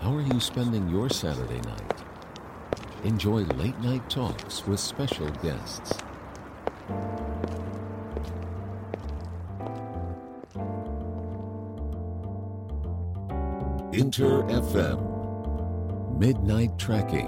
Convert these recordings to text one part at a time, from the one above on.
How are you spending your Saturday night? Enjoy late night talks with special guests. Inter FM Midnight Tracking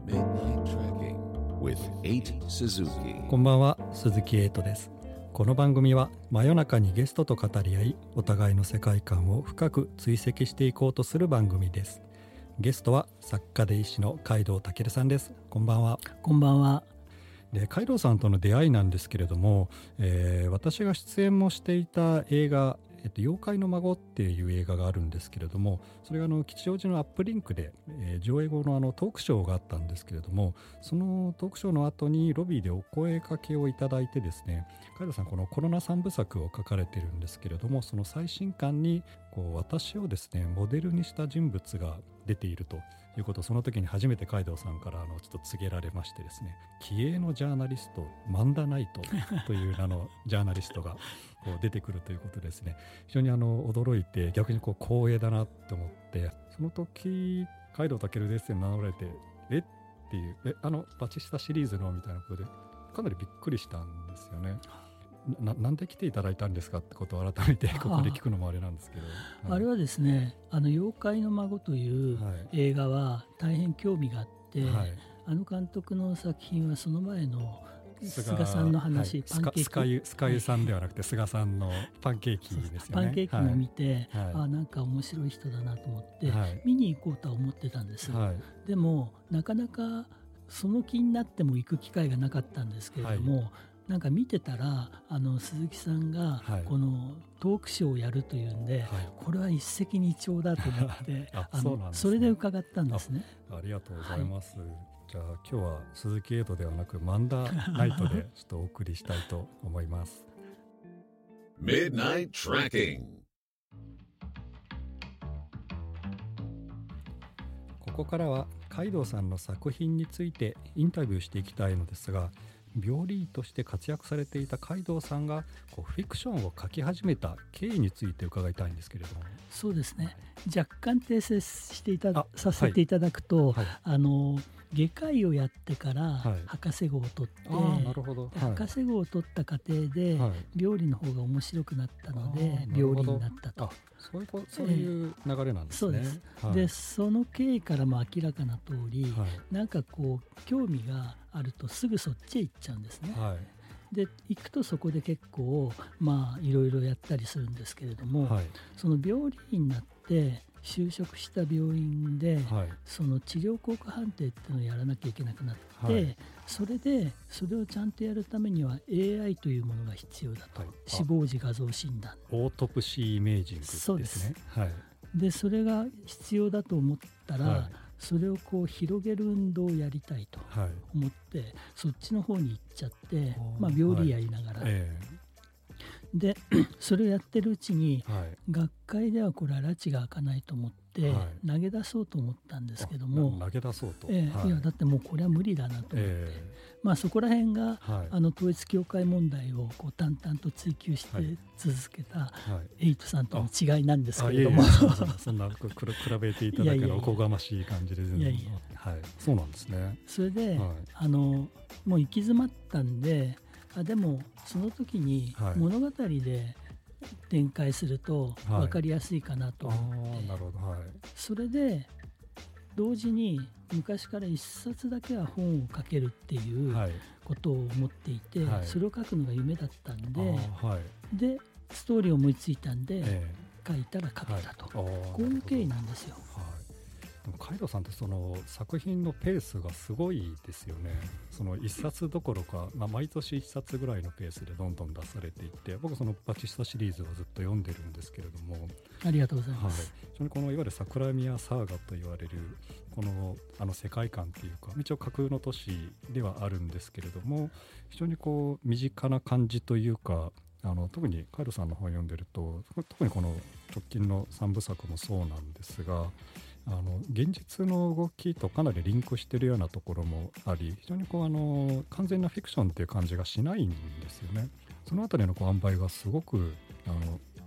with 8 Suzuki。 こんばんは、鈴木エイトです。この番組は真夜中にゲストと語り合い、お互いの世界観を深く追跡していこうとする番組です。ゲストは作家で医師の海堂尊さんです。こんばんは。 こんばんは。 で、海堂さんとの出会いなんですけれども、私が出演もしていた映画妖怪の孫っていう映画があるんですけれども、それが吉祥寺のアップリンクで、上映後のトークショーがあったんですけれども、そのトークショーの後にロビーでお声掛けをいただいてですね、海堂さんこのコロナ3部作を書かれてるんですけれども、その最新刊に私をですねモデルにした人物が出ているということを、その時に初めて海堂さんからちょっと告げられましてですね、気鋭のジャーナリストマンダナイトというジャーナリストが出てくるということですね。非常に驚いて、逆に光栄だなって思って、その時海堂尊ですって名乗られて、っていうバチスタシリーズのみたいなことでかなりびっくりしたんですよね。なんで来ていただいたんですかってことを改めてここで聞くのもあれなんですけど、 あれはですね、妖怪の孫という映画は大変興味があって、監督の作品はその前の菅さんの話、パンケーキ、 スカユさんではなくて菅さんのパンケーキですよね。 パンケーキも見て、なんか面白い人だなと思って、見に行こうとは思ってたんです、でもなかなかその気になっても行く機会がなかったんですけれども、なんか見てたら鈴木さんがこのトークショーをやるというんで、これは一石二鳥だと思ってそれで伺ったんですね。 ありがとうございます、じゃあ今日は鈴木エイトではなくマンダナイトでちょっとお送りしたいと思います。 Midnight Tracking。 ここからは海堂さんの作品についてインタビューしていきたいのですが、病理医として活躍されていた海堂さんがフィクションを書き始めた経緯について伺いたいんですけれども。 そうですね、若干訂正してさせていただくと、外科医をやってから博士号を取って、博士号を取った過程で病理の方が面白くなったので病理になったと。 そういう流れなんですね。 そうです、でその経緯からも明らかな通り、なんか興味があるとすぐそっちへ行っちゃうんですね。で行くとそこで結構いろいろやったりするんですけれども、その病理医になって就職した病院で、その治療効果判定っていうのをやらなきゃいけなくなって、それをちゃんとやるためには AI というものが必要だと、死亡時画像診断、 オートプシーイメージングですね。 そうです、でそれが必要だと思ったら、それを広げる運動をやりたいと思って、そっちの方に行っちゃって、病理やりながら、でそれをやってるうちに、学会ではこれは拉致が開かないと思って、投げ出そうと思ったんですけども、 投げ出そうと、 いやだってもうこれは無理だなと思って、そこら辺が、統一教会問題を淡々と追求して続けたエイトさんとの違いなんですけれども、 そんな比べていただけのおこがましい感じで、そうなんですね。 それで、もう行き詰まったんで、でもその時に物語で展開すると分かりやすいかなと思って、それで同時に昔から一冊だけは本を書けるっていうことを思っていて、それを書くのが夢だったんで、でストーリーを思いついたんで、書いたら書けたと、こういう経緯なんですよ。 海堂さんってその作品のペースがすごいですよね。その一冊どころか、毎年一冊ぐらいのペースでどんどん出されていって、僕そのバチスタシリーズをずっと読んでるんですけれども、 ありがとうございます。 非常にいわゆる桜宮サーガと言われるこの世界観っていうか、一応架空の都市ではあるんですけれども、非常に身近な感じというか、特に海堂さんの本を読んでると、特にこの直近の3部作もそうなんですが、現実の動きとかなりリンクしているようなところもあり、非常に完全なフィクションっていう感じがしないんですよね。そのあたりの塩梅がすごく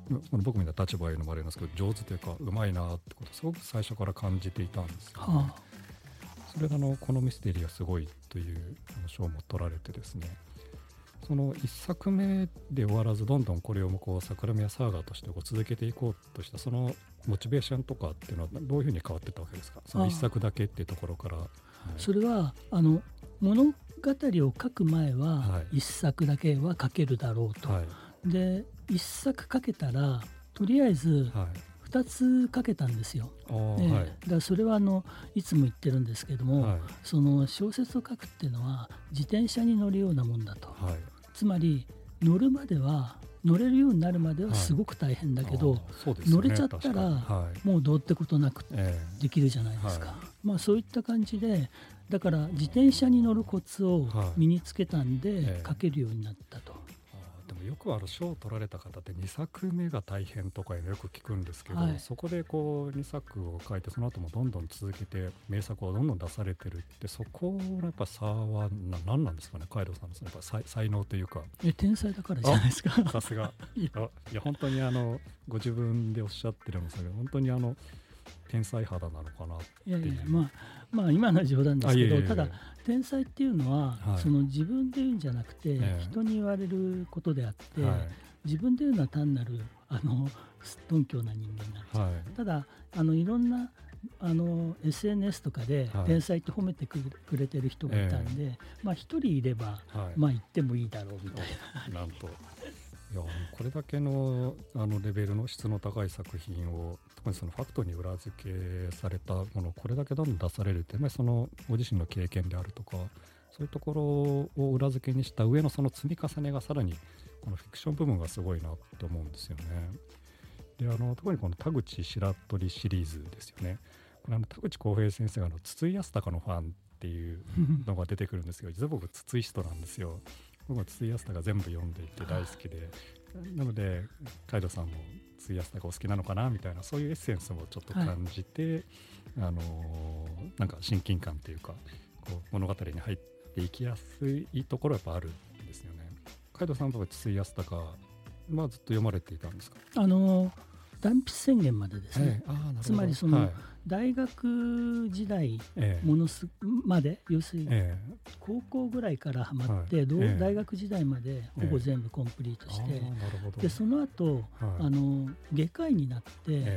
この僕みたいな立場が言うのもあれなんですけど、上手というかうまいなってことをすごく最初から感じていたんですよね。それがこのミステリーがすごいという賞も取られてですね、その1作目で終わらずどんどんこれをこう桜宮サーガーとしてこう続けていこうとしたそのモチベーションとかっていうのはどういうふうに変わってったわけですか？その1作だけっていうところから。 それは物語を書く前は1作だけは書けるだろうと、で1作書けたらとりあえず2つ書けたんですよ。だからそれはいつも言ってるんですけども、その小説を書くっていうのは自転車に乗るようなもんだと、つまり乗るまでは乗れるようになるまではすごく大変だけど、乗れちゃったらもうどうってことなくできるじゃないですか。そういった感じで、だから自転車に乗るコツを身につけたんで書けるようになったと。 でもよく賞を取られた方って2作目が大変とかよく聞くんですけど、そこでこう2作を書いてその後もどんどん続けて名作をどんどん出されてるって、そこのやっぱ差は何なんですかね、海道さんのやっぱ才能というか。 天才だからじゃないですか。 さすが。いや本当にご自分でおっしゃってるんですけど、本当に天才肌なのかなっていう。 いやまあ今のは冗談ですけど、ただ天才っていうのは、その自分で言うんじゃなくて、人に言われることであって、自分で言うのは単なる鈍境な人間になっちゃう。ただいろんなSNS とかで天才って褒めてくれてる人がいたんで、一人いれば、言ってもいいだろうみたいな。 なんといやこれだけのレベルの質の高い作品を、特にそのファクトに裏付けされたものをこれだけどんどん出されるって、そのご自身の経験であるとか、そういうところを裏付けにした上のその積み重ねがさらにこのフィクション部分がすごいなって思うんですよね。で特にこの田口白鳥シリーズですよね。これ田口浩平先生が筒井康隆のファンっていうのが出てくるんですけど、実は僕筒井人なんですよ。僕は筒井康隆全部読んでいて大好きで、なので海斗さんも筒井康隆お好きなのかなみたいな、そういうエッセンスもちょっと感じて、なんか親近感というかこう物語に入っていきやすいところはやっぱあるんですよね。海斗さんは筒井康隆、ずっと読まれていたんですか？ 断筆宣言までですね。つまりその、大学時代まで、要するに高校ぐらいからハマって、大学時代までほぼ全部コンプリートして、でその後、外科医になって、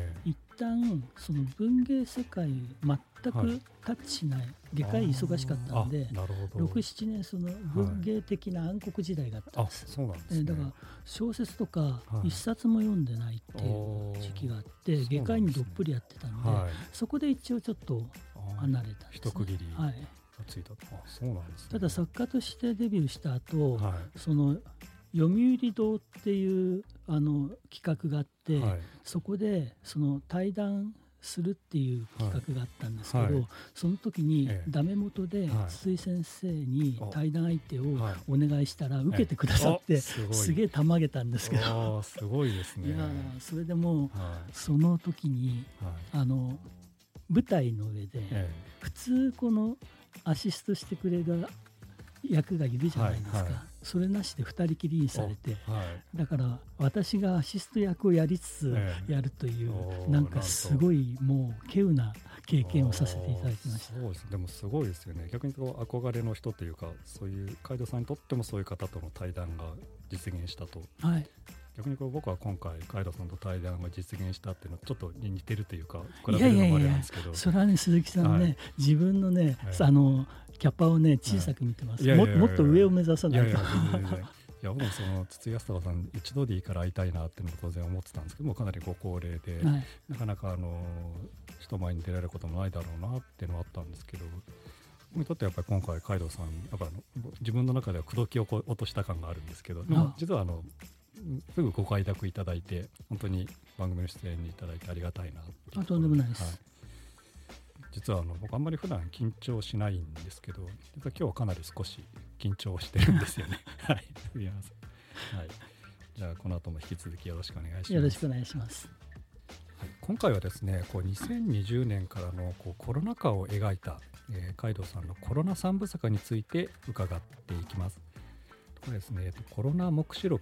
一旦その文芸世界全くタッチしない、外科医忙しかったんで 6,7 年その文芸的な暗黒時代があったんです。 そうなんですね。 だから小説とか一冊も読んでないっていう時期があって、外科医にどっぷりやってたんで、そこで一応ちょっと離れたんですね。 一区切りがついたと。そうなんですね。 ただ作家としてデビューした後、その読売堂っていう企画があって、そこでその対談するっていう企画があったんですけど、その時にダメ元で筒井先生に対談相手をお願いしたら受けてくださって、すげえたまげたんですけど、 すごいですね。 いやそれでもうその時に舞台の上で普通このアシストしてくれる役がいるじゃないですか。それなしで2人きりにされて、だから私がアシスト役をやりつつやるという、なんかすごいもう稀有な経験をさせていただきました。 そうです。でもすごいですよね。逆に憧れの人というか、そういう海斗さんにとってもそういう方との対談が実現したと。逆に僕は今回海斗さんと対談が実現したっていうのはちょっと似てるというか、比べるのもあれなんですけど、 それはね鈴木さんね、自分のね、キャパをね小さく見てます。もっと上を目指さないと。 僕もその筒井康隆さん一度でいいから会いたいなっていうのも当然思ってたんですけども、かなりご高齢で、なかなか人前に出られることもないだろうなっていうのはあったんですけど、僕にとってやっぱり今回海斗さんやっぱ自分の中では口説きを落とした感があるんですけど、でも実はすぐご快諾いただいて、本当に番組の出演にいただいてありがたいなっていう。 とんでもないです。 実は僕あんまり普段緊張しないんですけど、実は今日はかなり少し緊張してるんですよね。すみません。じゃあこの後も引き続きよろしくお願いします。 よろしくお願いします。 今回はですね、2020年からのコロナ禍を描いた、海斗さんのコロナ3部作について伺っていきます。これですね、コロナ黙示録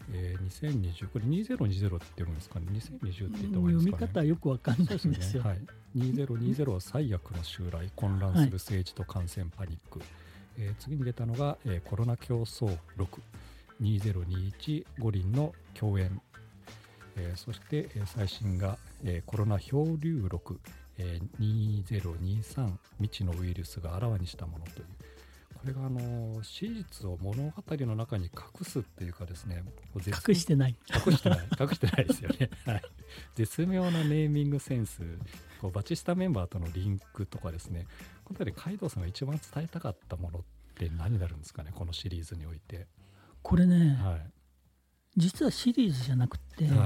2020、これ2020って読むんですかね、2020って言った方がいいですかね。 読み方はよくわかんないんですよ。 はい、2020は最悪の襲来、混乱する政治と感染パニック、次に出たのが、コロナ競争6、2021五輪の共演、そして、最新が、コロナ漂流録、2023未知のウイルスがあらわにしたものという、これが史実を物語の中に隠すっていうかですね、 隠してないですよね、はい、絶妙なネーミングセンス、バチスタメンバーとのリンクとかですね、この辺り海藤さんが一番伝えたかったものって何になるんですかね、このシリーズにおいて。 これね、 はい、実はシリーズじゃなくて、はい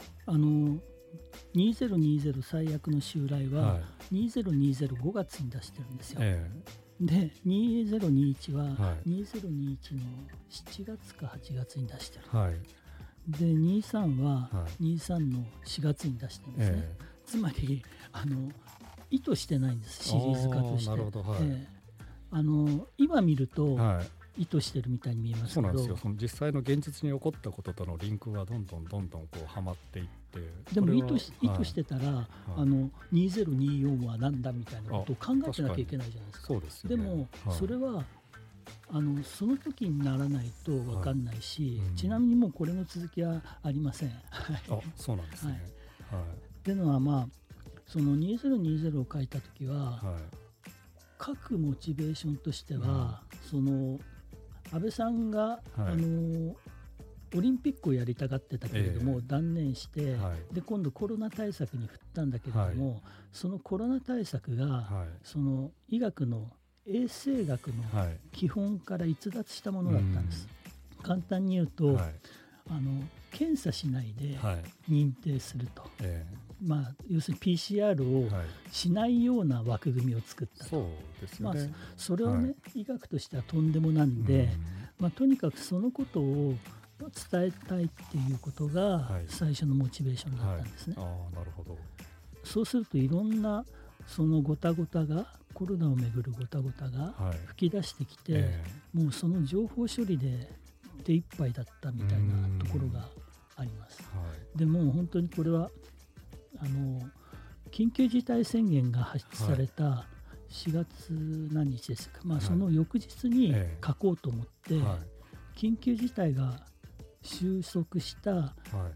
、2020最悪の襲来は、はい、20205月に出してるんですよ、で2021は2021の7月か8月に出してる、はい、で23は23の4月に出してるんですね、つまり意図してないんです、シリーズ化として。なるほど、はい、今見ると、はい、意図してるみたいに見えますけど、 そうなんですよ。その実際の現実に起こったこととのリンクがどんどんこうはまっていって、 でも意図してたら、2024はなんだみたいなことを考えてなきゃいけないじゃないですか。 そうですよね。 でも、それはその時にならないと分かんないし、ちなみにもうこれの続きはありません。 そうなんですね。 はい。っていうのはその2020を書いた時は、書くモチベーションとしては、その安倍さんが、オリンピックをやりたがってたけれども、断念して、で今度コロナ対策に振ったんだけれども、そのコロナ対策が、その医学の衛生学の基本から逸脱したものだったんです。簡単に言うと、検査しないで認定すると、要するに PCR をしないような枠組みを作ったと。 そうですよね。 それはね、医学としてはとんでもなんで、とにかくそのことを伝えたいっていうことが最初のモチベーションだったんですね。 なるほど。 そうするといろんなそのごたごたが、コロナをめぐるごたごたが吹き出してきて、もうその情報処理で手一杯だったみたいなところがあります。でも本当にこれは緊急事態宣言が発出された4月何日ですか、その翌日に書こうと思って、緊急事態が収束した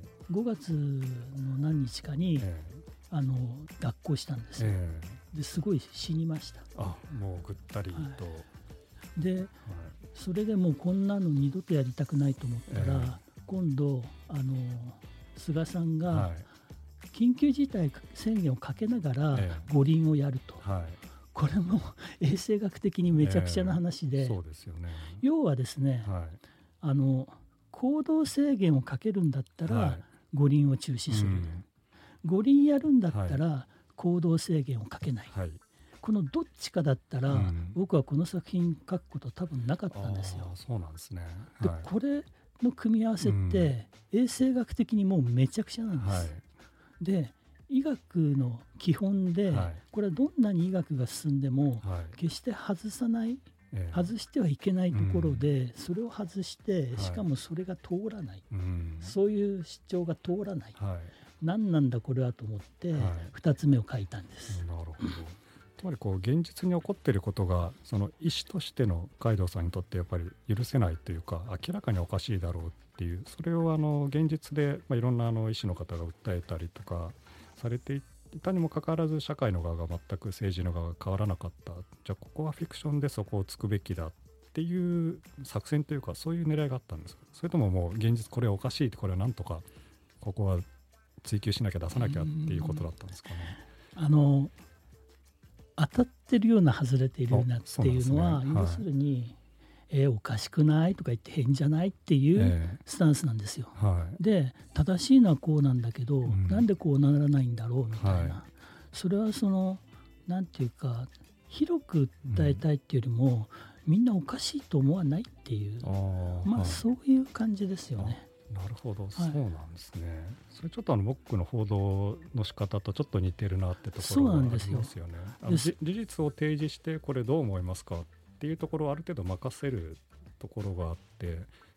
5月の何日かに、脱行したんですよ。ですごい死にました。 もうぐったりと、 で、それでもうこんなの二度とやりたくないと思ったら、今度菅さんが、緊急事態宣言をかけながら五輪をやると、これも衛生学的にめちゃくちゃな話で、 そうですよね。 要はですね、行動制限をかけるんだったら五輪を中止する、五輪やるんだったら行動制限をかけない、このどっちかだったら、僕はこの作品書くこと多分なかったんですよ。 そうなんですね。 でこれの組み合わせって、衛生学的にもうめちゃくちゃなんです。で医学の基本で、これはどんなに医学が進んでも、決して外さない、外してはいけないところで、それを外して、しかもそれが通らない、そういう主張が通らない、何なんだこれはと思って、2つ目を書いたんです。 なるほど。つまり現実に起こっていることが、その医師としての海藤さんにとってやっぱり許せないというか、明らかにおかしいだろうっていう、それを現実で、いろんな医師の方が訴えたりとかされていたにもかかわらず、社会の側が全く政治の側が変わらなかった。じゃあここはフィクションでそこをつくべきだっていう作戦というか、そういう狙いがあったんですか。それとももう現実これはおかしいって、これはなんとかここは追求しなきゃ出さなきゃっていうことだったんですかね。 当たってるような外れているようなっていうのは、要するに、おかしくないとか言って変じゃないっていうスタンスなんですよ。で正しいのはこうなんだけど、なんでこうならないんだろうみたいな、それはなんていうか、広く訴えたいっていうよりも、みんなおかしいと思わないっていう、そういう感じですよね。 なるほど、そうなんですね。それちょっと僕の報道の仕方とちょっと似てるなってところがありますよね。事実を提示して、これどう思いますかっていうところをある程度任せるところがあって、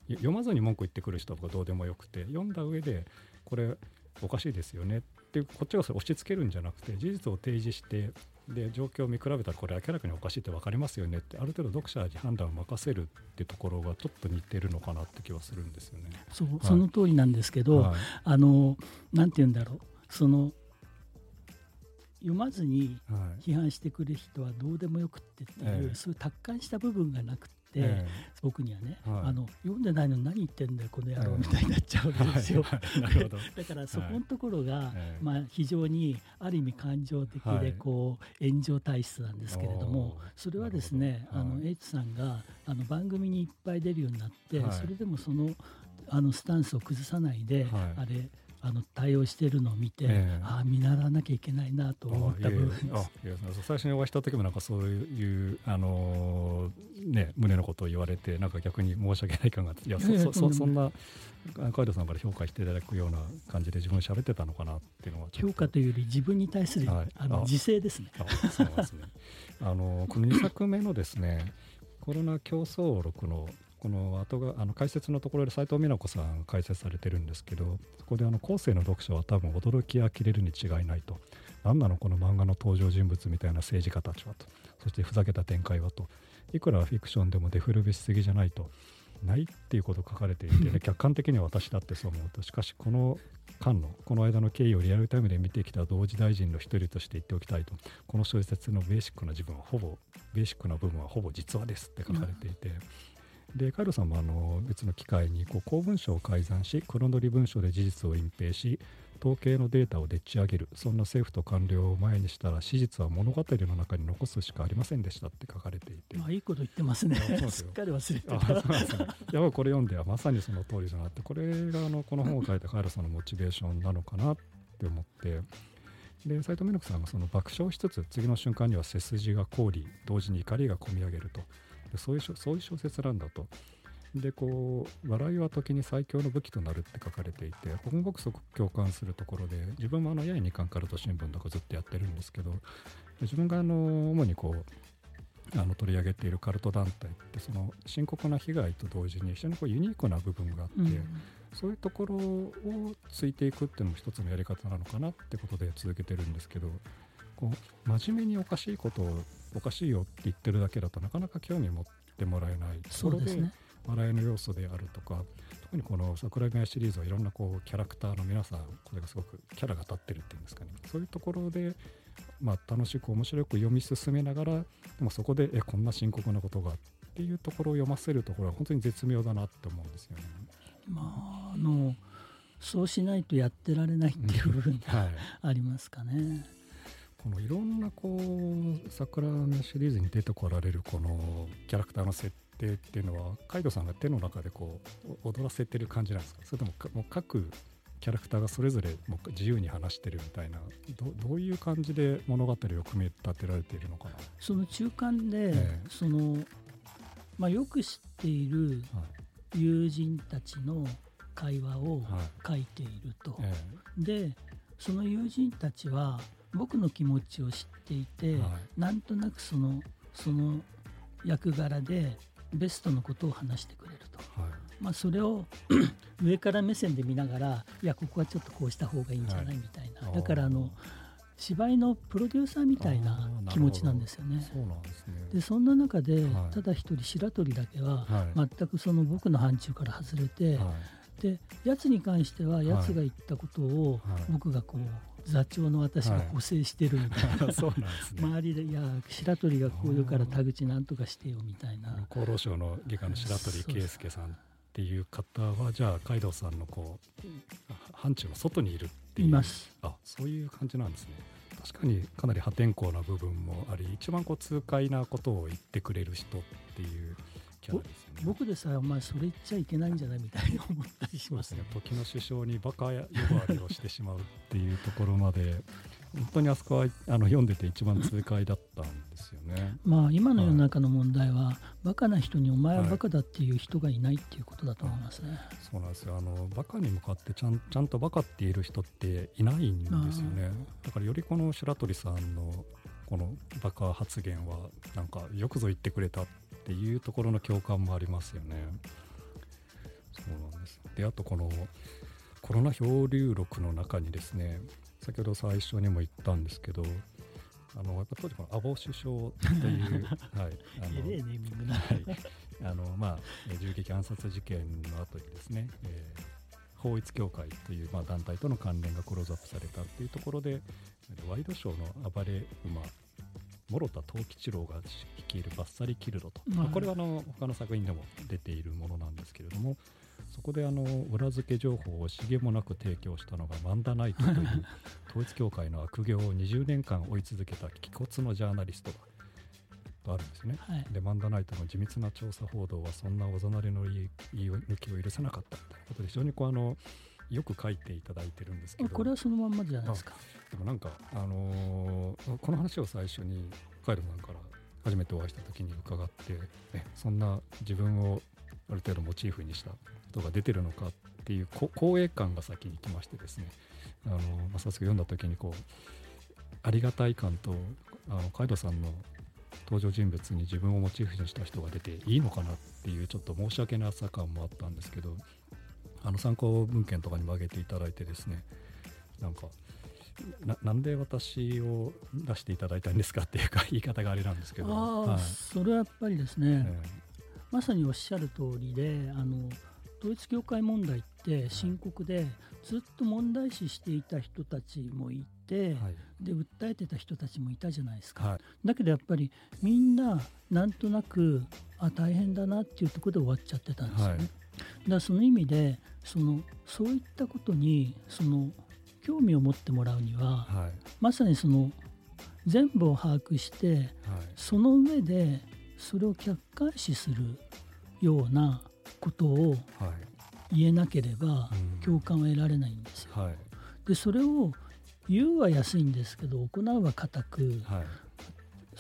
読まずに文句言ってくる人はどうでもよくて、読んだ上でこれおかしいですよねってこっちがそれ押し付けるんじゃなくて、事実を提示して、で状況を見比べたらこれ明らかにおかしいって分かりますよねって、ある程度読者に判断を任せるっていうところがちょっと似てるのかなって気はするんですよね。 そう、その通りなんですけど、 はい、 なんて言うんだろう、その読まずに批判してくる人はどうでもよくってっていう、そういう達観した部分がなくて、僕にはね、読んでないのに何言ってんだよこの野郎みたいになっちゃうわけですよ。 なるほど。 だからそこのところが、非常にある意味感情的でこう炎上体質なんですけれども、それはですね、H さんが番組にいっぱい出るようになって、それでもそのスタンスを崩さないで、対応しているのを見て、見習わなきゃいけないなと思った部分です。 最初にお会いした時もなんかそういう胸のことを言われて、なんか逆に申し訳ない感があって、そんな海斗さんから評価していただくような感じで自分喋ってたのかなっていうのは評価というより自分に対する自制ですね。 そうなんですね。この2作目のですね、コロナ競争録のこの後が解説のところで斉藤美奈子さん解説されてるんですけど、そこで後世の読者は多分驚き呆れるに違いないと、何なのこの漫画の登場人物みたいな政治家たちはと、そしてふざけた展開はと、いくらフィクションでもデフレべしすぎじゃないと、ないっていうこと書かれていて、客観的には私だってそう思うと、しかしこの間の経緯をリアルタイムで見てきた同時大臣の一人として言っておきたいと、この小説のベーシックな部分はほぼ実話ですって書かれていて、でカイロさんも別の機会に公文書を改ざんし、黒塗り文書で事実を隠蔽し、統計のデータをでっち上げる、そんな政府と官僚を前にしたら史実は物語の中に残すしかありませんでしたって書かれていて、 いいこと言ってますね。すっかり忘れてた。 そうですね。やばい、これ読んではまさにその通りだなって、これがこの本を書いたカイロさんのモチベーションなのかなって思って、で斉藤美奈子さんがその爆笑しつつ次の瞬間には背筋が凍り、同時に怒りがこみ上げると、でそういう小説なんだと。で笑いは時に最強の武器となるって書かれていて、ここも僕すごく共感するところで、自分も八重二巻カルト新聞とかずっとやってるんですけど、自分が主に取り上げているカルト団体ってその深刻な被害と同時に非常にユニークな部分があって、そういうところをついていくっていうのも一つのやり方なのかなってことで続けてるんですけど、真面目におかしいことをおかしいよって言ってるだけだとなかなか興味持ってもらえないところで、笑いの要素であるとか、特にこの桜部屋シリーズはいろんなキャラクターの皆さん、これがすごくキャラが立ってるっていうんですかね、そういうところで、楽しく面白く読み進めながら、でもそこでこんな深刻なことがっていうところを読ませるところは本当に絶妙だなって思うんですよね。 そうしないとやってられないっていう部分がありますかね。 このいろんな桜のシリーズに出てこられるこのキャラクターの設定っていうのは、海斗さんが手の中で踊らせてる感じなんですか？それとももう各キャラクターがそれぞれもう自由に話してるみたいな、どういう感じで物語を組み立てられているのかな。 その中間で、よく知っている友人たちの会話を書いていると、でその友人たちは僕の気持ちを知っていて、なんとなくその役柄でベストのことを話してくれると、それを上から目線で見ながら、いやここはちょっとこうした方がいいんじゃないみたいな、だから芝居のプロデューサーみたいな気持ちなんですよね。 そうなんですね。 でそんな中で、ただ一人白鳥だけは全くその僕の範疇から外れて、でやつに関してはやつが言ったことを僕が座長の私が補正してるみたいな、 そうなんですね。 周りでいや白鳥がこう言うから田口なんとかしてよみたいな。 厚労省の外科の白鳥圭介さんっていう方は、じゃあ海斗さんの範疇の外にいるっていう、 います。 そういう感じなんですね。確かにかなり破天荒な部分もあり、一番痛快なことを言ってくれる人っていうキャラですよね。 僕でさえお前それ言っちゃいけないんじゃないみたいに思ったりしますね。 時の首相にバカ呼ばわりをしてしまうっていうところまで本当にあそこは読んでて一番痛快だったんですよね。 今の世の中の問題は、バカな人にお前はバカだっていう人がいないっていうことだと思いますね。 そうなんですよ。バカに向かってちゃんとバカって言える人っていないんですよね。だからよりこの白鳥さんのこのバカ発言はなんかよくぞ言ってくれたっていうところの共感もありますよね。 そうなんです。であとこのコロナ漂流録の中にですね、先ほど最初にも言ったんですけど、やっぱ当時このアボ首相という、はい、 ネーミングな、 はい、銃撃暗殺事件の後にですね、法律協会という、団体との関連がクローズアップされたというところで、ワイドショーの暴れ馬諸田藤吉郎が率いるバッサリキルドと、これは他の作品でも出ているものなんですけれども、そこで裏付け情報をしげもなく提供したのがマンダナイトという統一教会の悪行を20年間追い続けた気骨のジャーナリストだとあるんですね、はい、でマンダナイトの緻密な調査報道はそんなおざなりの言い抜きを許さなかったみたいなことで、非常によく書いていただいてるんですけど、 これはそのまんまじゃないですか。 でもなんか、この話を最初にカイロさんから初めてお会いした時に伺って、そんな自分をある程度モチーフにした人が出てるのかっていう光栄感が先に来ましてですね、早速読んだ時にありがたい感とカイロさんの登場人物に自分をモチーフにした人が出ていいのかなっていうちょっと申し訳なさ感もあったんですけど、参考文献とかにも挙げていただいてですね、なんで私を出していただいたんですかっていうか言い方があれなんですけど、はい、 それはやっぱりですね、まさにおっしゃる通りで、統一教会問題って深刻で、ずっと問題視していた人たちもいて、はい、で訴えてた人たちもいたじゃないですか、はい、だけどやっぱりみんななんとなく大変だなっていうところで終わっちゃってたんですよね、はい、だからその意味でそういったことに興味を持ってもらうには、はい、まさに全部を把握して、はい、その上でそれを客観視するようなことを言えなければ共感は得られないんですよ、はい、でそれを言うは安いんですけど行うは固く、はい、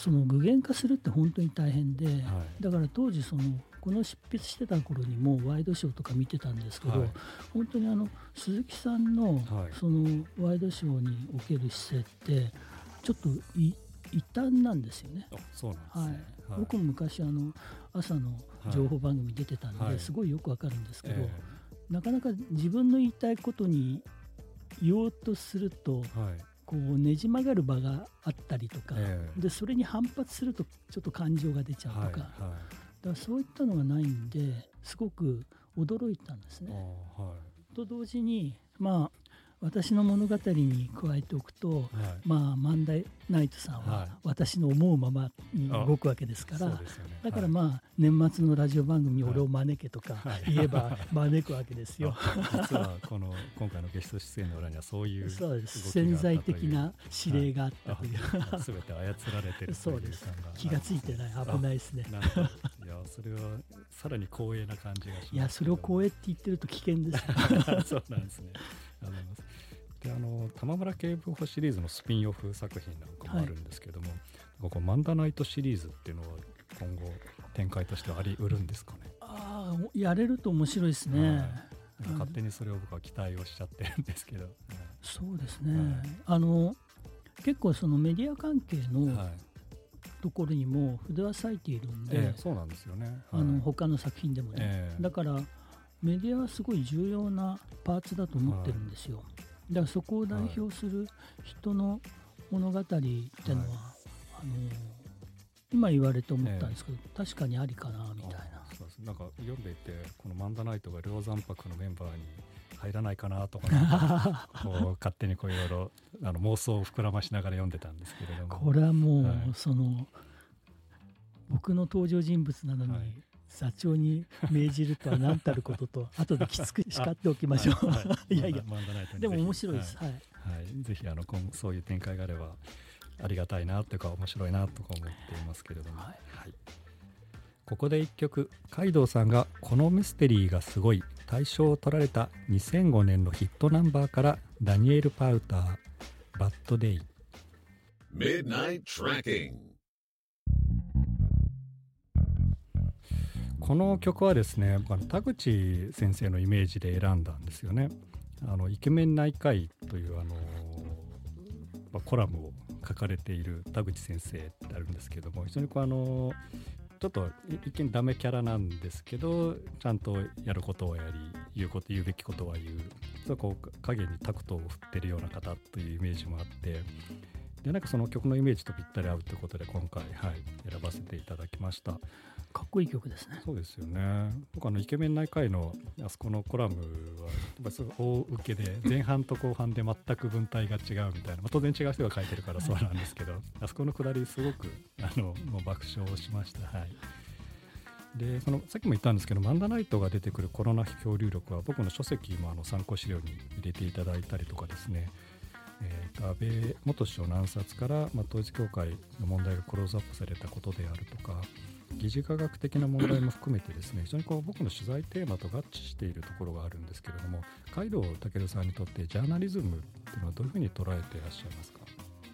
具現化するって本当に大変で、はい、だから当時この執筆してた頃にもワイドショーとか見てたんですけど、はい、本当に鈴木さんのワイドショーにおける姿勢ってちょっと異端なんですよね。 そうなんですね、はいはい、僕も昔朝の情報番組出てたんで、はい、すごいよくわかるんですけど、なかなか自分の言いたいことに言おうとすると、ねじ曲がる場があったりとか、でそれに反発するとちょっと感情が出ちゃうとか、だからそういったのがないんですごく驚いたんですね。と同時に私の物語に加えておくと、マンダナイトさんは私の思うままに動くわけですから、だから年末のラジオ番組に俺を招けとか言えば招くわけですよ。 実は今回のゲスト出演の裏にはそういう動きがあったという、 潜在的な指令があったという、 全て操られているという感がそうです。気がついてない、危ないですね。 いやそれはさらに光栄な感じがします。 いやそれを光栄って言ってると危険です。 そうなんですね。で玉村警部補シリーズのスピンオフ作品なんかもあるんですけども、マンダナイトシリーズっていうのは今後展開としてはあり得るんですかね。 やれると面白いですね、 勝手にそれを僕は期待をしちゃってるんですけど、 そうですね、結構メディア関係のところにも筆は割いているんで、 そうなんですよね、 他の作品でもね、だからメディアはすごい重要なパーツだと思ってるんですよ、だからそこを代表する人の物語っていうのは、今言われて思ったんですけど、確かにありかなみたいな。 そうです。なんか読んでいてこのマンダナイトが梁山泊のメンバーに入らないかなとか勝手にいろいろ妄想を膨らましながら読んでたんですけれども、 これはもう、僕の登場人物なのに、座長に命じるとは何たることと後できつく叱っておきましょう。いやいやでも面白いです。 ぜひそういう展開があればありがたいなというか面白いなとか思っていますけれども、ここで一曲、カイドウさんがこのミステリーがすごい大賞を取られた2005年のヒットナンバーからダニエル・パウター、バッドデイ。 Midnight Tracking。 この曲はですね、田口先生のイメージで選んだんですよね。イケメン内科医というコラムを書かれている田口先生ってあるんですけども、非常にちょっと一見ダメキャラなんですけど、ちゃんとやることをやり、言うべきことは言う、そうこう影にタクトを振ってるような方というイメージもあって、でなんかその曲のイメージとぴったり合うということで今回、選ばせていただきました。 かっこいい曲ですね。 そうですよね。僕イケメン内科医のあそこのコラムはやっぱり大受けで、前半と後半で全く文体が違うみたいな、当然違う人が書いてるからそうなんですけど、あそこのくだりすごくもう爆笑しました。でさっきも言ったんですけど、マンダナイトが出てくるコロナ漂流録は僕の書籍も参考資料に入れていただいたりとかですね、安倍元首相の暗殺から、統一教会の問題がクローズアップされたことであるとか、疑似科学的な問題も含めてですね、非常に僕の取材テーマと合致しているところがあるんですけれども、海道健さんにとってジャーナリズムっていうのはどういうふうに捉えていらっしゃいますか？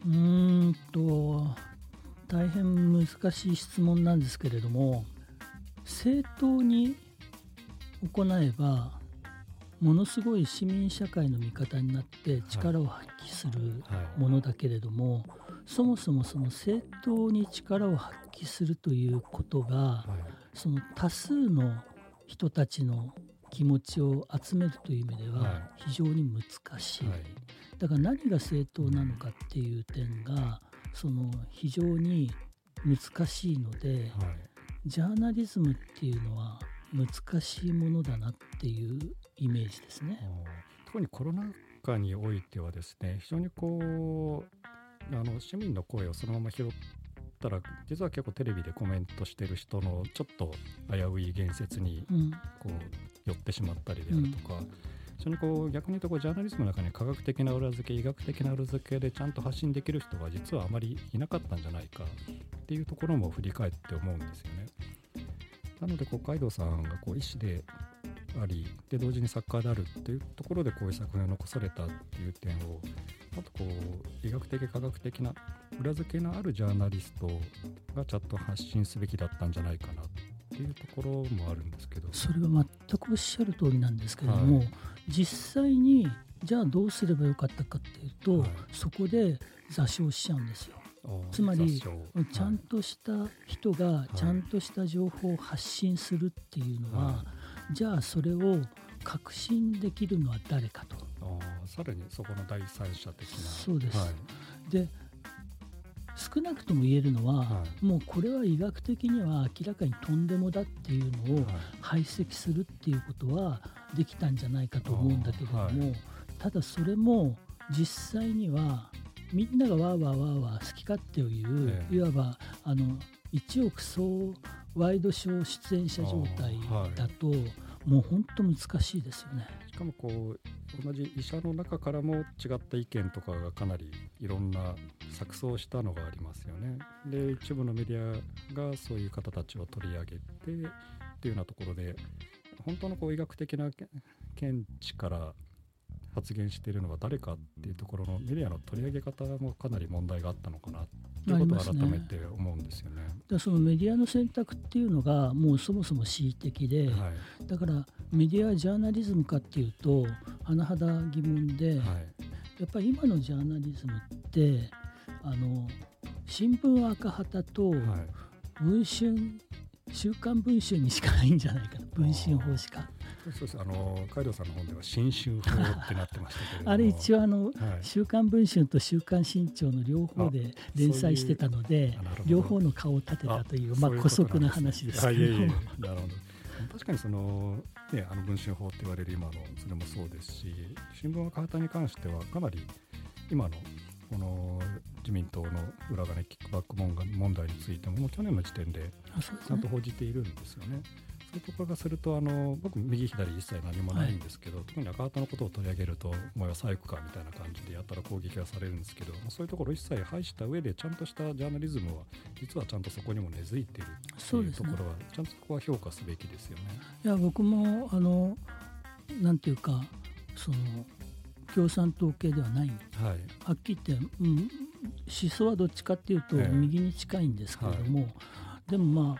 大変難しい質問なんですけれども、正当に行えばものすごい市民社会の味方になって力を発揮するものだけれども、そもそもその正当に力を発揮するということが、その多数の人たちの気持ちを集めるという意味では非常に難しい。だから何が正当なのかっていう点が非常に難しいので、ジャーナリズムっていうのは難しいものだなっていうイメージですね。 特にコロナ禍においてはですね、非常に市民の声をそのまま拾ったら、実は結構テレビでコメントしてる人のちょっと危うい言説に寄ってしまったりであるとか、非常に逆に言うとジャーナリズムの中に科学的な裏付け、医学的な裏付けでちゃんと発信できる人が実はあまりいなかったんじゃないかっていうところも振り返って思うんですよね。なので海道さんが医師であり、で同時に作家であるっていうところでこういう作品を残されたっていう点を、あと医学的科学的な裏付けのあるジャーナリストがちゃんと発信すべきだったんじゃないかなっていうところもあるんですけど。 それは全くおっしゃる通りなんですけれども、実際にじゃあどうすればよかったかっていうと、そこで座礁しちゃうんですよ。つまりちゃんとした人がちゃんとした情報を発信するっていうのは、じゃあそれを確信できるのは誰かと。 さらにそこの第三者的な。 そうです、で少なくとも言えるのは、もうこれは医学的には明らかにとんでもだっていうのを排斥するっていうことはできたんじゃないかと思うんだけれども、ただそれも実際にはみんながワーワーワーワー好き勝手を言う、いわば一億総ワイドショー出演者状態だと、もう本当難しいですよね。 しかも同じ医者の中からも違った意見とかがかなりいろんな錯綜したのがありますよね。で一部のメディアがそういう方たちを取り上げてっていうようなところで、本当の医学的な見地から発言しているのは誰かっていうところのメディアの取り上げ方もかなり問題があったのかなということを改めて思うんですよね。 そのメディアの選択っていうのがもうそもそも恣意的で、だからメディアジャーナリズムかっていうと甚だ疑問で、やっぱり今のジャーナリズムって新聞赤旗と文春、週刊文春にしかないんじゃないかな、文春法しか。 そうです。海道さんの本では新春法ってなってましたけれどもあれ一応週刊文春と週刊新潮の両方で連載してたので、両方の顔を立てたという姑息な話ですけど。 なるほど。確かに文春法って言われる今のそれもそうですし、新聞赤旗に関してはかなり今のこの自民党の裏金キックバック問題についても去年の時点でちゃんと報じているんですよね。そういうところがすると僕右左一切何もないんですけど、特に赤旗のことを取り上げるとお前は左翼かみたいな感じでやったら攻撃がされるんですけど、そういうところ一切排した上でちゃんとしたジャーナリズムは実はちゃんとそこにも根付いているっていうところはちゃんとそこは評価すべきですよね。 いや僕もなんていうか共産党系ではない、はっきり言って、思想はどっちかっていうと右に近いんですけれども、でも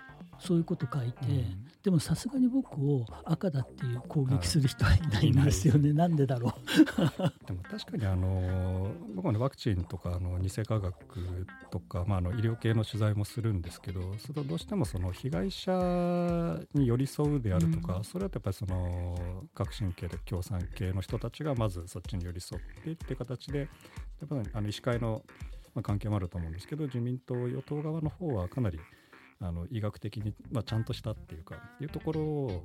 そういうこと書いて、でもさすがに僕を赤だっていう攻撃する人はいないんですよね。なんでだろうでも確かに僕も、ね、ワクチンとか偽科学とか、医療系の取材もするんですけど、それどうしてもその被害者に寄り添うであるとか、それはやっぱりその革新系で共産系の人たちがまずそっちに寄り添っていって形で、やっぱり医師会の関係もあると思うんですけど、自民党与党側の方はかなり医学的にちゃんとしたっていうかいうところを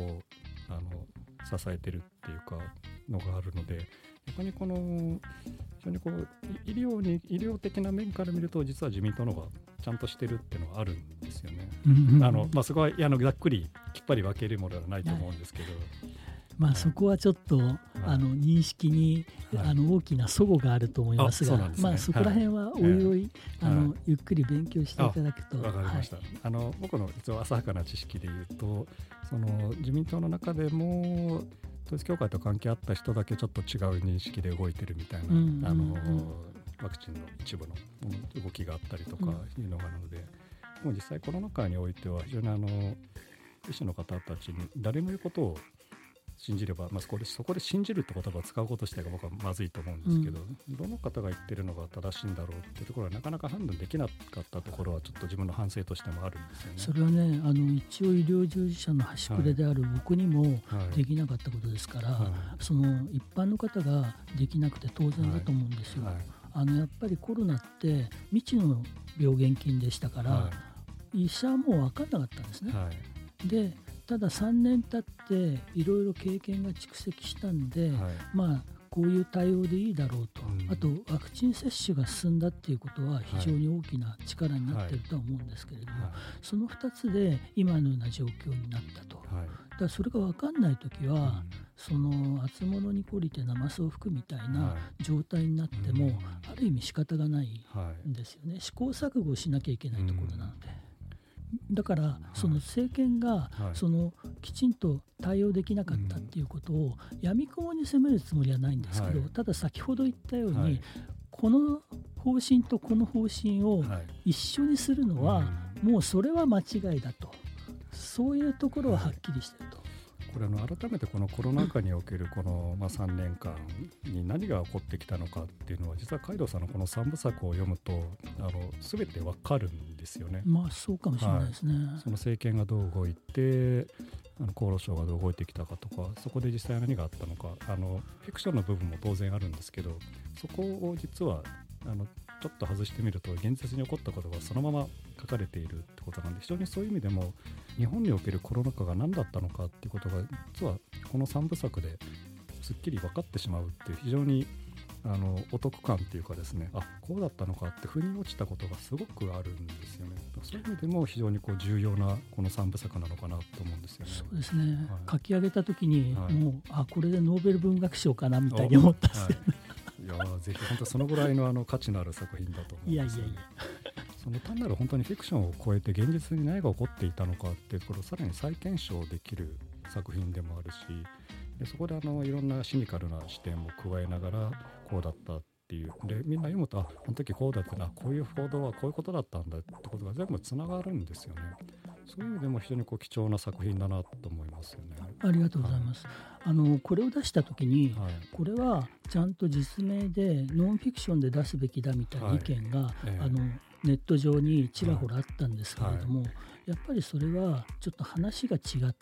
支えてるっていうかのがあるので、逆にこの非常にこう医療的な面から見ると実は自民党の方がちゃんとしてるっていうのはあるんですよね。そこはざっくりきっぱり分けるものではないと思うんですけど、 そこはちょっと、認識に、大きな齟齬があると思いますが、そこら辺はおいおい、ゆっくり勉強していただくと。 わかりました。僕の一応浅はかな知識でいうと、その自民党の中でも統一教会と関係あった人だけちょっと違う認識で動いてるみたいな、ワクチンの一部の動きがあったりとかいうのがあるので、もう実際コロナ禍においては非常に医師の方たちに誰の言うことを信じれば、そこで信じるって言葉を使うこと自体が僕はまずいと思うんですけど、どの方が言ってるのが正しいんだろうっていうところはなかなか判断できなかったところはちょっと自分の反省としてもあるんですよね。 それはね、一応医療従事者の端くれである僕にもできなかったことですから、その一般の方ができなくて当然だと思うんですよ。やっぱりコロナって未知の病原菌でしたから、医者はもう分かんなかったんですね。でただ3年経っていろいろ経験が蓄積したんで、こういう対応でいいだろうと、あとワクチン接種が進んだっていうことは非常に大きな力になっているとは思うんですけれども、その2つで今のような状況になったと。だからそれが分かんないときは、その厚物に懲りてなますを吹くみたいな状態になっても、ある意味仕方がないんですよね。試行錯誤しなきゃいけないところなので。だからその政権がそのきちんと対応できなかったっていうことをやみくもに責めるつもりはないんですけど、ただ先ほど言ったようにこの方針とこの方針を一緒にするのはもうそれは間違いだと、そういうところははっきりしていると。 これ改めてこのコロナ禍におけるこの3年間に何が起こってきたのかっていうのは、実は海堂さんのこの3部作を読むと全てわかるんですよね。 そうかもしれないですね。 その政権がどう動いて厚労省がどう動いてきたかとか、そこで実際何があったのか、フィクションの部分も当然あるんですけど、そこを実はちょっと外してみると現実に起こったことがそのまま書かれているってことなんで、非常にそういう意味でも日本におけるコロナ禍が何だったのかっていうことが実はこの3部作ですっきり分かってしまうっていう、非常にお得感っていうかですね、こうだったのかって腑に落ちたことがすごくあるんですよね。そういう意味でも非常に重要なこの3部作なのかなと思うんですよね。 そうですね、書き上げた時にもうこれでノーベル文学賞かなみたいに思ったんですよね。 いやぜひ本当そのぐらいの価値のある作品だと思うんですよね。その単なる本当にフィクションを超えて現実に何が起こっていたのかっていうところをさらに再検証できる作品でもあるし、でそこでいろんなシニカルな視点も加えながらこうだったっていうで、みんな読むとこの時こうだったな、こういう報道はこういうことだったんだってことが全部つながるんですよね。そういう意味でも非常に貴重な作品だなと思いますよね。 ありがとうございます。これを出した時に、これはちゃんと実名でノンフィクションで出すべきだみたいな意見が、ネット上にちらほらあったんですけれども、やっぱりそれはちょっと話が違って、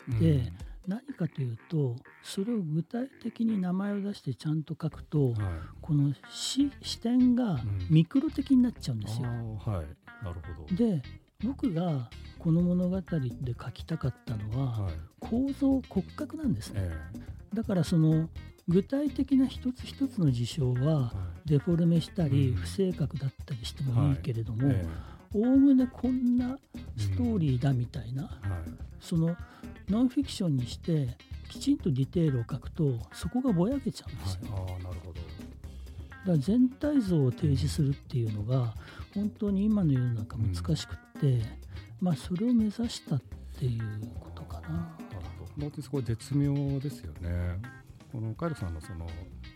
何かというとそれを具体的に名前を出してちゃんと書くと、この視点がミクロ的になっちゃうんですよ。 なるほど。 で僕がこの物語で書きたかったのは、構造骨格なんですね。だからその具体的な一つ一つの事象はデフォルメしたり不正確だったりしてもいいけれども、おおむねこんなストーリーだみたいな、そのノンフィクションにしてきちんとディテールを書くとそこがぼやけちゃうんですよ。 なるほど。 だから全体像を提示するっていうのが本当に今の世の中難しくって、それを目指したっていうことかな。 なるほど。本当にすごい絶妙ですよね。このカイロさんのその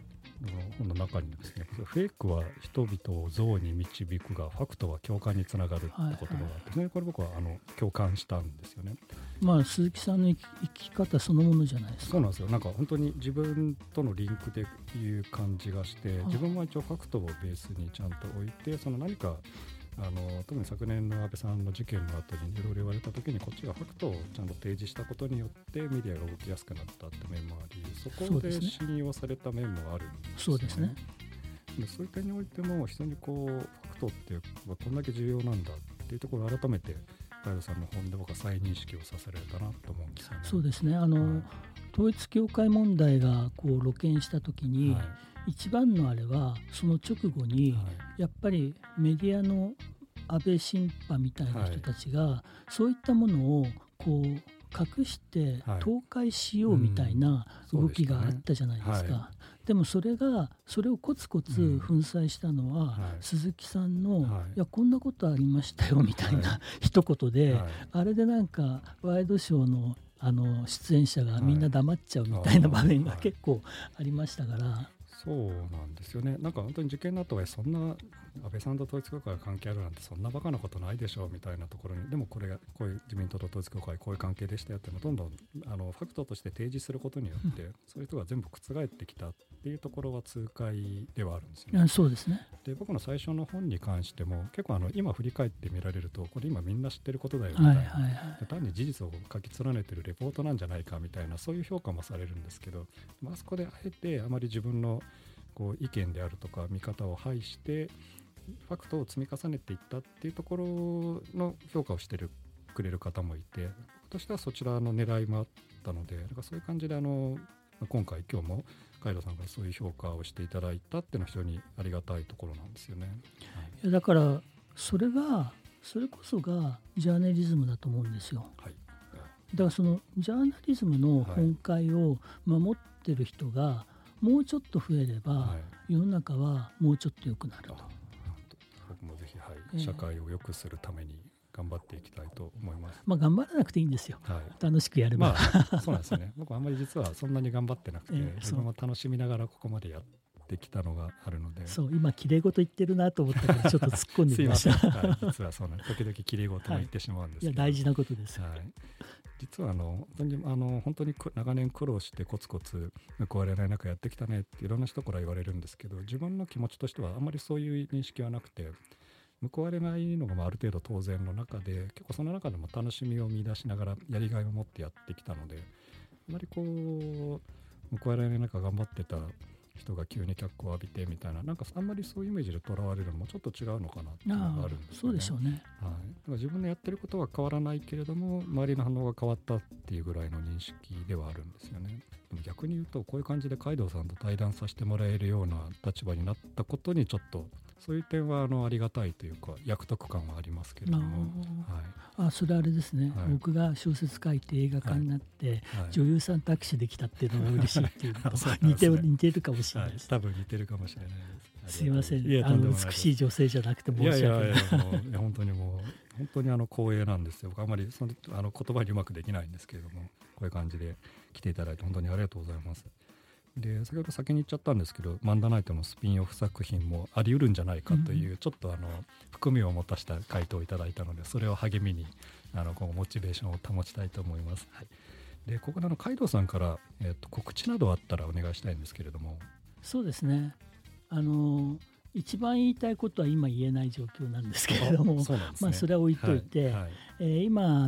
本の中にですね、フェイクは人々を憎悪に導くがファクトは共感につながるって言葉があって、これ僕は共感したんですよね。 鈴木さんの生き方そのものじゃないですか。 そうなんですよ。なんか本当に自分とのリンクでいう感じがして、自分は一応ファクトをベースにちゃんと置いて、その何か特に昨年の安倍さんの事件の後にいろいろ言われた時にこっちがファクトをちゃんと提示したことによってメディアが動きやすくなったって面もあり、そこで信用された面もあるんですよね。 そうですね。 でそういった点においても非常にこうファクトってこんだけ重要なんだっていうところを改めて海藤さんの本で僕は再認識をさせられたなと思うんですよね。 そうですね。統一教会問題がこう露見した時に、一番のあれはその直後に、やっぱりメディアの安倍シンパみたいな人たちが、そういったものをこう隠して倒壊しようみたいな動きがあったじゃないですか。でもそれをコツコツ粉砕したのは、鈴木さんの、いやこんなことありましたよみたいな一言で、あれでなんかワイドショーの出演者がみんな黙っちゃうみたいな場面が結構ありましたから。 そうなんですよね。なんか本当に事件の後はそんな安倍さんと統一教会が関係あるなんてそんなバカなことないでしょうみたいなところに、でもこれがこういう自民党と統一教会こういう関係でしたよっていうのをどんどんファクトとして提示することによって、そういう人が全部覆ってきたっていうところは痛快ではあるんですよね。 そうですね。 で僕の最初の本に関しても結構今振り返ってみられるとこれ今みんな知ってることだよみたいな、単に事実を書き連ねてるレポートなんじゃないかみたいなそういう評価もされるんですけど、あそこであえてあまり自分のこう意見であるとか見方を排してファクトを積み重ねていったっていうところの評価をしてくれる方もいて、僕としてはそちらの狙いもあったので、だからそういう感じで今日も海藤さんがそういう評価をしていただいたっていうのは非常にありがたいところなんですよね。 いやだからそれこそがジャーナリズムだと思うんですよ。だからそのジャーナリズムの本懐を守ってる人がもうちょっと増えれば、世の中はもうちょっと良くなると。 僕もぜひ、社会を良くするために頑張っていきたいと思います。 頑張らなくていいんですよ。楽しくやれば。 そうなんですよね。僕はあんまり実はそんなに頑張ってなくて、自分も楽しみながらここまでやってきたのがあるので。 そう、今綺麗事言ってるなと思ったからちょっと突っ込んでみました。 すいません。実はそうなんです。時々綺麗事も言ってしまうんですけど。 いや大事なことです。 実は本当に長年苦労してコツコツ報われない中やってきたねっていろんな人から言われるんですけど、自分の気持ちとしてはあんまりそういう認識はなくて、報われないのがある程度当然の中で、結構その中でも楽しみを見出しながらやりがいを持ってやってきたので、あまりこう報われない中頑張ってた人が急に脚光を浴びてみたいな、なんかあんまりそういうイメージでとらわれるのもちょっと違うのかなっていうのがあるんですよね。 そうでしょうね。 だから自分のやってることは変わらないけれども周りの反応が変わったっていうぐらいの認識ではあるんですよね。でも逆に言うとこういう感じで海藤さんと対談させてもらえるような立場になったことにちょっとそういう点はありがたいというか役得感はありますけれども、 それあれですね、僕が小説書いて映画化になって、女優さんと握手できたっていうのが嬉しいっていうのと似てるかもしれないです。 多分似てるかもしれないです。 すいません、美しい女性じゃなくて申し訳ない。 いや本当に光栄なんですよ。僕あんまり言葉にうまくできないんですけれども、こういう感じで来ていただいて本当にありがとうございます。で先ほど先に言っちゃったんですけど、マンダナイトのスピンオフ作品もあり得るんじゃないかという、ちょっと含みを持たした回答をいただいたので、それを励みに今後モチベーションを保ちたいと思います。でここで海藤さんから、告知などあったらお願いしたいんですけれども。 そうですね、一番言いたいことは今言えない状況なんですけれども、それは置いといて、今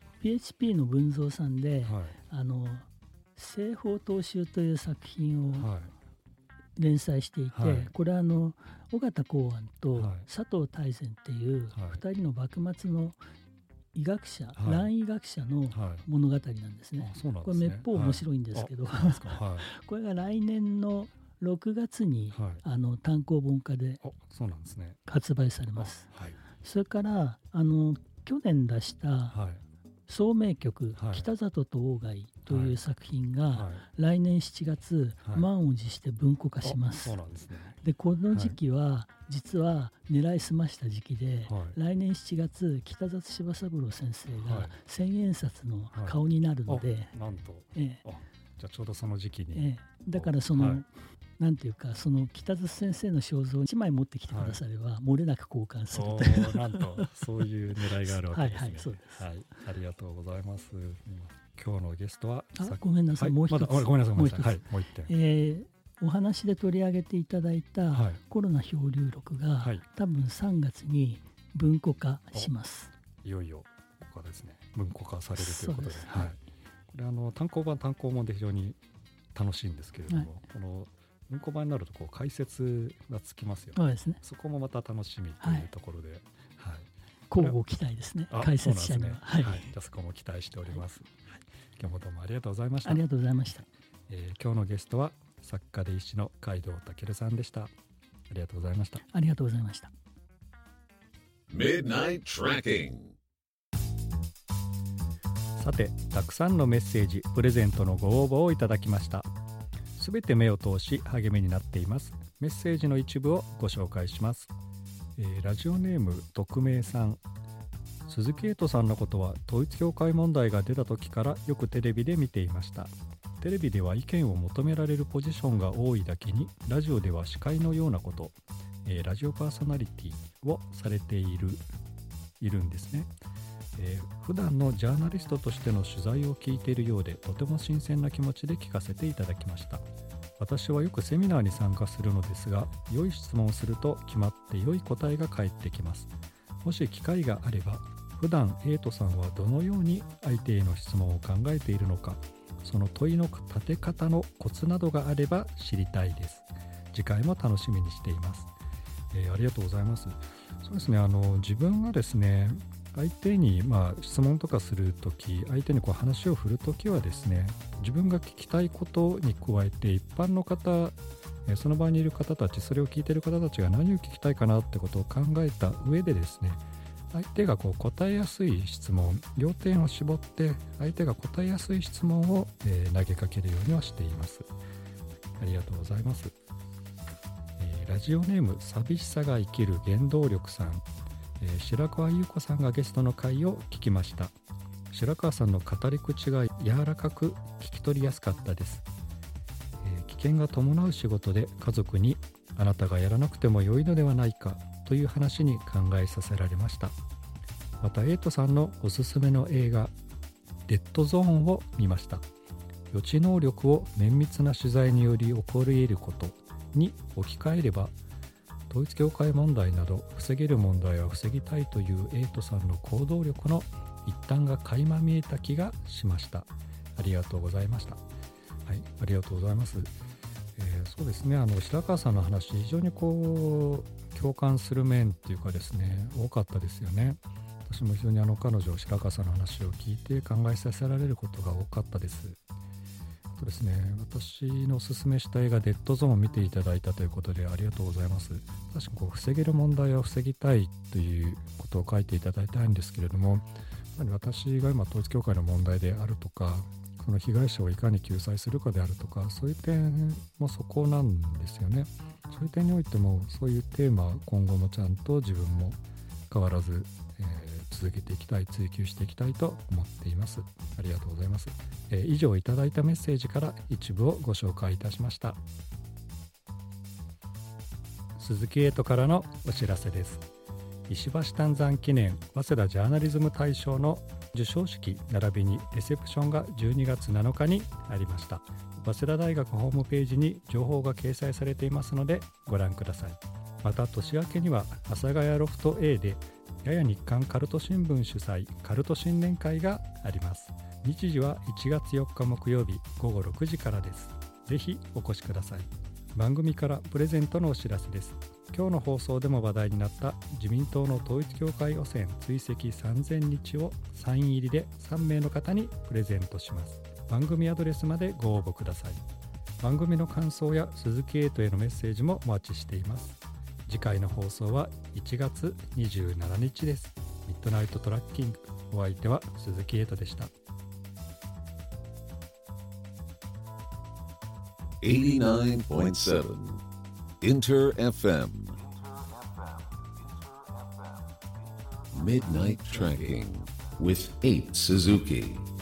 PHP の文蔵さんで、西方踏襲という作品を連載していて、これは尾形公安と佐藤大善っていう2人の幕末の医学者、蘭医学者の物語なんですね。これめっぽう面白いんですけど、これが来年の6月に単行本化で発売されます。それから去年出した聡明曲北里と鴎外という作品が来年7月満を持して文庫化します。でこの時期は実は狙い澄ました時期で、来年7月北里柴三郎先生が千円札の顔になるので、 なんとじゃあちょうどその時期に、 だからなんていうか、その北津先生の肖像1枚持ってきてくだされば、漏れなく交換するという。 なんとそういう狙いがあるわけですね。 はいはい、そうです。 はい、ありがとうございます。今日のゲストはごめんなさい、もう一つ、 ごめんなさい、もう一点、 お話で取り上げていただいたコロナ漂流録が、多分3月に文庫化します。 いよいよここですね、文庫化されるということで、これ単行本単行本で非常に楽しいんですけれども、この文庫版になるとこう解説がつきますよね。 そうですね。 そこもまた楽しみというところで、 交互期待ですね。解説者には。 じゃあそこも期待しております。今日もどうもありがとうございました。 ありがとうございました。 今日のゲストは作家で医師の海藤健さんでした。ありがとうございました。 ありがとうございました。 Midnight Tracking。 さて、たくさんのメッセージ、プレゼントのご応募をいただきました。すべて目を通し励みになっています。メッセージの一部をご紹介します。ラジオネーム匿名さん。鈴木エイトさんのことは統一教会問題が出た時からよくテレビで見ていました。テレビでは意見を求められるポジションが多いだけに、ラジオでは司会のようなこと、ラジオパーソナリティをされているんですね。普段のジャーナリストとしての取材を聞いているようで、とても新鮮な気持ちで聞かせていただきました。私はよくセミナーに参加するのですが、良い質問をすると決まって良い答えが返ってきます。もし機会があれば、普段エイトさんはどのように相手への質問を考えているのか、その問いの立て方のコツなどがあれば知りたいです。次回も楽しみにしています。ありがとうございます。そうですね、自分がですね、相手に質問とかするとき、相手に話を振るときはですね、自分が聞きたいことに加えて、一般の方、その場にいる方たち、それを聞いている方たちが何を聞きたいかなってことを考えた上でですね、相手が答えやすい質問、要点を絞って相手が答えやすい質問を、投げかけるようにはしています。ありがとうございます。ラジオネーム寂しさが生きる原動力さん。白川優子さんがゲストの回を聞きました。白川さんの語り口が柔らかく聞き取りやすかったです。危険が伴う仕事で家族にあなたがやらなくても良いのではないかという話に考えさせられました。またエイトさんのおすすめの映画デッドゾーンを見ました。予知能力を綿密な取材により起こり得ることに置き換えれば、統一教会問題など防げる問題は防ぎたいというエイトさんの行動力の一端が垣間見えた気がしました。ありがとうございました。はい、ありがとうございます。そうですね、白川さんの話、非常に共感する面っていうかですね、多かったですよね。私も非常に彼女、白川さんの話を聞いて考えさせられることが多かったです。あとですね、私のおすすめした映画デッドゾーンを見ていただいたということでありがとうございます。確かに防げる問題を防ぎたいということを書いていただいたんですけれども、やはり私が今統一教会の問題であるとか、その被害者をいかに救済するかであるとか、そういう点もそこなんですよね。そういう点においてもそういうテーマ、今後もちゃんと自分も変わらず、続けていきたい、追求していきたいと思っています。ありがとうございます。以上いただいたメッセージから一部をご紹介いたしました。鈴木エイトからのお知らせです。石橋丹山記念早稲田ジャーナリズム大賞の授賞式並びにレセプションが12月7日にありました。早稲田大学ホームページに情報が掲載されていますのでご覧ください。また年明けには阿佐ヶ谷ロフト A でやや日刊カルト新聞主催カルト新年会があります。日時は1月4日木曜日午後6時からです。ぜひお越しください。番組からプレゼントのお知らせです。今日の放送でも話題になった自民党の統一教会汚染追跡3000日をサイン入りで3名の方にプレゼントします。番組アドレスまでご応募ください。番組の感想や鈴木エイトへのメッセージもお待ちしています。次回の放送は1月27日です。ミッドナイトトラッキング、お相手は鈴木エイトでした。 89.7 Inter FM Midnight Tracking with 8 Suzuki.